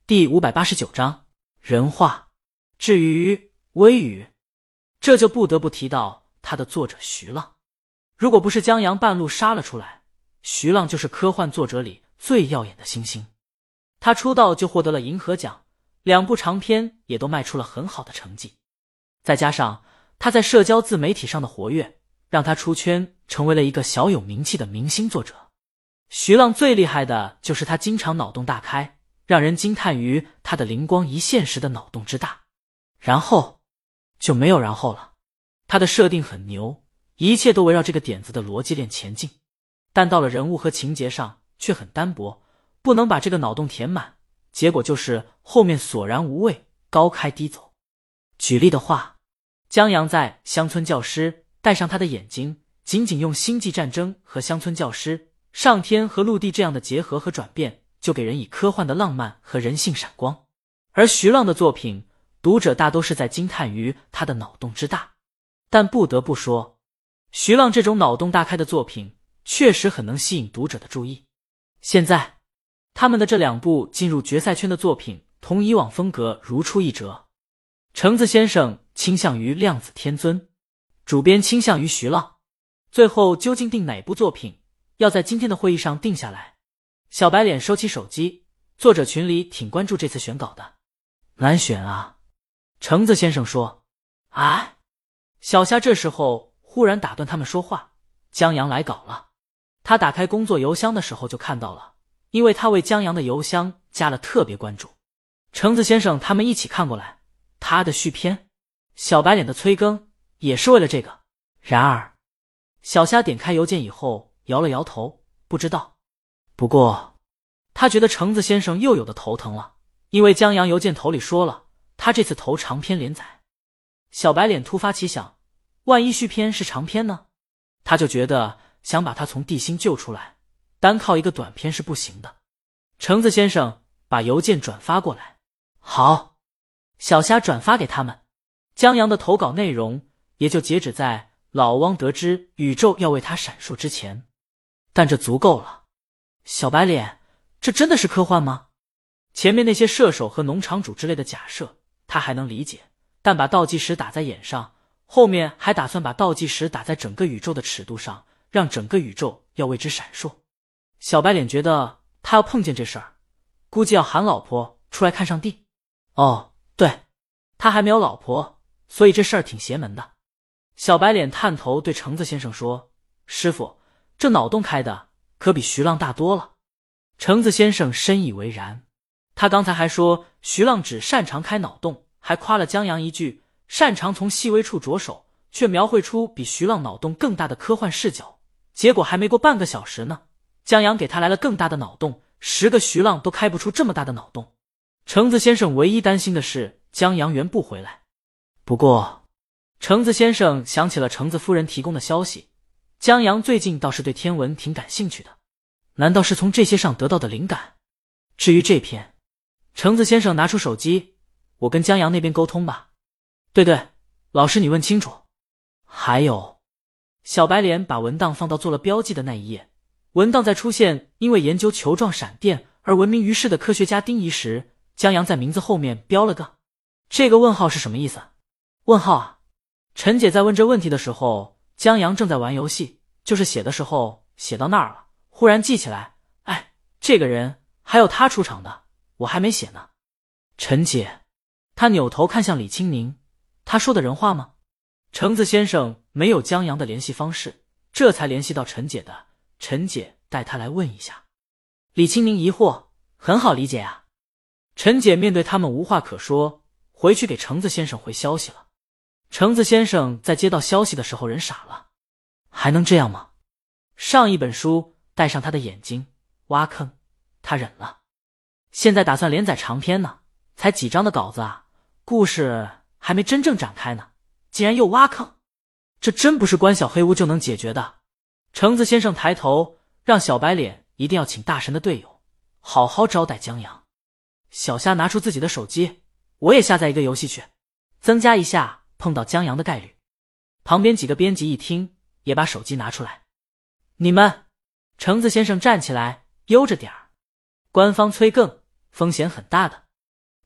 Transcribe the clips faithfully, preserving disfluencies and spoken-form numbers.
第五百八十九章人话。至于微雨，这就不得不提到他的作者徐浪。如果不是江阳半路杀了出来，徐浪就是科幻作者里最耀眼的星星。他出道就获得了银河奖，两部长篇也都卖出了很好的成绩，再加上他在社交自媒体上的活跃，让他出圈成为了一个小有名气的明星作者。徐浪最厉害的就是他经常脑洞大开，让人惊叹于他的灵光一现时的脑洞之大。然后就没有然后了，他的设定很牛，一切都围绕这个点子的逻辑链前进，但到了人物和情节上却很单薄，不能把这个脑洞填满，结果就是后面索然无味，高开低走。举例的话，江阳在乡村教师戴上他的眼睛，仅仅用星际战争和乡村教师、上天和陆地这样的结合和转变，就给人以科幻的浪漫和人性闪光。而徐浪的作品，读者大都是在惊叹于他的脑洞之大。但不得不说，徐浪这种脑洞大开的作品确实很能吸引读者的注意。现在他们的这两部进入决赛圈的作品同以往风格如出一辙。橙子先生倾向于量子天尊，主编倾向于徐浪，最后究竟定哪部作品，要在今天的会议上定下来。小白脸收起手机，作者群里挺关注这次选稿的。难选啊，橙子先生说。哎，小夏这时候忽然打断他们说话，江阳来稿了。他打开工作邮箱的时候就看到了，因为他为江阳的邮箱加了特别关注。橙子先生他们一起看过来，他的续篇，小白脸的催更也是为了这个。然而小夏点开邮件以后摇了摇头，不知道。不过他觉得橙子先生又有的头疼了，因为江阳邮件头里说了他这次投长篇连载。小白脸突发奇想，万一续篇是长篇呢？他就觉得想把他从地心救出来，单靠一个短篇是不行的。橙子先生把邮件转发过来。好，小虾转发给他们。江阳的投稿内容也就截止在老汪得知宇宙要为他闪烁之前，但这足够了。小白脸，这真的是科幻吗？前面那些射手和农场主之类的假设他还能理解，但把倒计时打在眼上，后面还打算把倒计时打在整个宇宙的尺度上，让整个宇宙要为之闪烁。小白脸觉得他要碰见这事儿，估计要喊老婆出来看上帝。哦，对，他还没有老婆，所以这事儿挺邪门的。小白脸探头对橙子先生说，师傅，这脑洞开的可比徐浪大多了。橙子先生深以为然，他刚才还说徐浪只擅长开脑洞，还夸了江阳一句擅长从细微处着手，却描绘出比徐浪脑洞更大的科幻视角。结果还没过半个小时呢，江阳给他来了更大的脑洞，十个徐浪都开不出这么大的脑洞。橙子先生唯一担心的是江阳圆不回来。不过橙子先生想起了橙子夫人提供的消息，江阳最近倒是对天文挺感兴趣的，难道是从这些上得到的灵感？至于这篇，橙子先生拿出手机，我跟江阳那边沟通吧。对对，老师你问清楚。还有，小白脸把文档放到做了标记的那一页，文档在出现因为研究球状闪电而闻名于世的科学家丁仪时，江阳在名字后面标了个这个问号是什么意思？问号啊。陈姐在问这问题的时候，江阳正在玩游戏，就是写的时候写到那儿了，忽然记起来，哎，这个人还有他出场的，我还没写呢。陈姐，他扭头看向李青宁，他说的人话吗？橙子先生没有江阳的联系方式，这才联系到陈姐的，陈姐带他来问一下。李青宁疑惑，很好理解啊。陈姐面对他们无话可说，回去给橙子先生回消息了。橙子先生在接到消息的时候人傻了，还能这样吗？上一本书带上他的眼睛挖坑，他忍了。现在打算连载长篇呢，才几章的稿子啊，故事还没真正展开呢，竟然又挖坑，这真不是关小黑屋就能解决的。橙子先生抬头，让小白脸一定要请大神的队友，好好招待江阳。小夏拿出自己的手机，我也下载一个游戏去，增加一下碰到江阳的概率。旁边几个编辑一听，也把手机拿出来。你们，橙子先生站起来，悠着点儿，官方催更，风险很大的。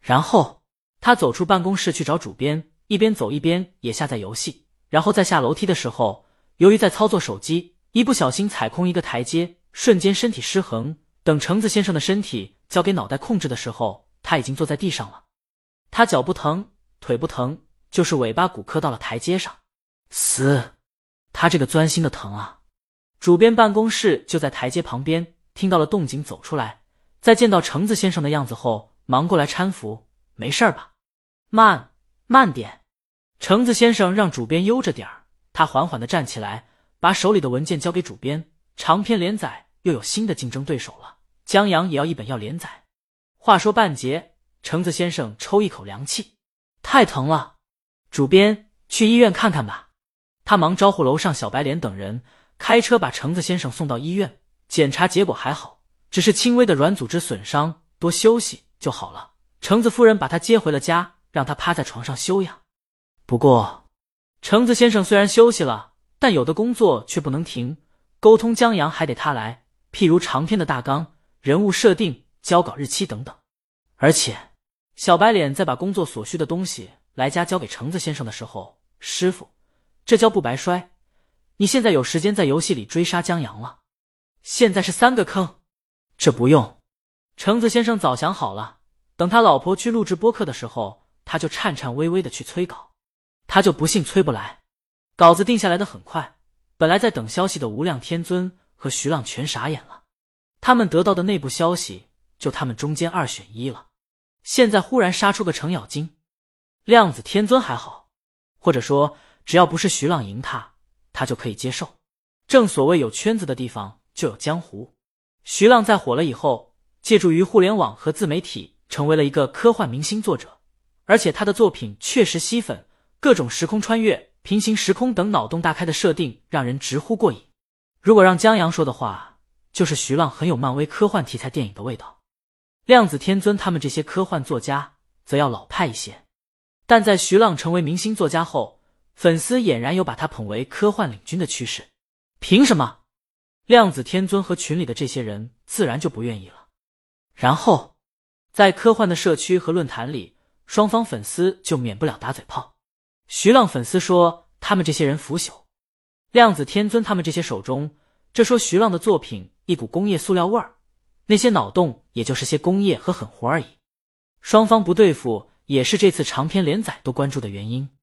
然后他走出办公室去找主编，一边走一边也下载游戏，然后在下楼梯的时候，由于在操作手机，一不小心踩空一个台阶，瞬间身体失衡，等橙子先生的身体交给脑袋控制的时候，他已经坐在地上了。他脚不疼，腿不疼，就是尾巴骨磕到了台阶上。嘶，他这个钻心的疼啊！主编办公室就在台阶旁边，听到了动静走出来，在见到橙子先生的样子后，忙过来搀扶，没事吧？慢，慢点。橙子先生让主编悠着点儿，他缓缓地站起来，把手里的文件交给主编。长篇连载又有新的竞争对手了，江阳也要一本要连载。话说半截，橙子先生抽一口凉气，太疼了，主编，去医院看看吧。他忙招呼楼上小白脸等人，开车把橙子先生送到医院。检查结果还好，只是轻微的软组织损伤，多休息就好了。橙子夫人把他接回了家，让他趴在床上休养。不过橙子先生虽然休息了，但有的工作却不能停，沟通江阳还得他来，譬如长篇的大纲、人物设定、交稿日期等等。而且小白脸在把工作所需的东西来家交给橙子先生的时候，师傅，这跤不白摔，你现在有时间在游戏里追杀江阳了。现在是三个坑。这不用，橙子先生早想好了，等他老婆去录制播客的时候，他就颤颤巍巍的去催稿，他就不信催不来。稿子定下来的很快，本来在等消息的无量天尊和徐浪全傻眼了，他们得到的内部消息就他们中间二选一了。现在忽然杀出个程咬金，量子天尊还好，或者说只要不是徐浪赢他，他就可以接受。正所谓有圈子的地方就有江湖。徐浪在火了以后，借助于互联网和自媒体，成为了一个科幻明星作者，而且他的作品确实吸粉，各种时空穿越、平行时空等脑洞大开的设定让人直呼过瘾。如果让江阳说的话，就是徐浪很有漫威科幻题材电影的味道。量子天尊他们这些科幻作家则要老派一些，但在徐浪成为明星作家后，粉丝俨然有把他捧为科幻领军的趋势。凭什么？量子天尊和群里的这些人自然就不愿意了。然后在科幻的社区和论坛里，双方粉丝就免不了打嘴炮。徐浪粉丝说他们这些人腐朽，量子天尊他们这些手中，这说徐浪的作品一股工业塑料味儿，那些脑洞也就是些工业和狠活而已。双方不对付也是这次长篇连载都关注的原因。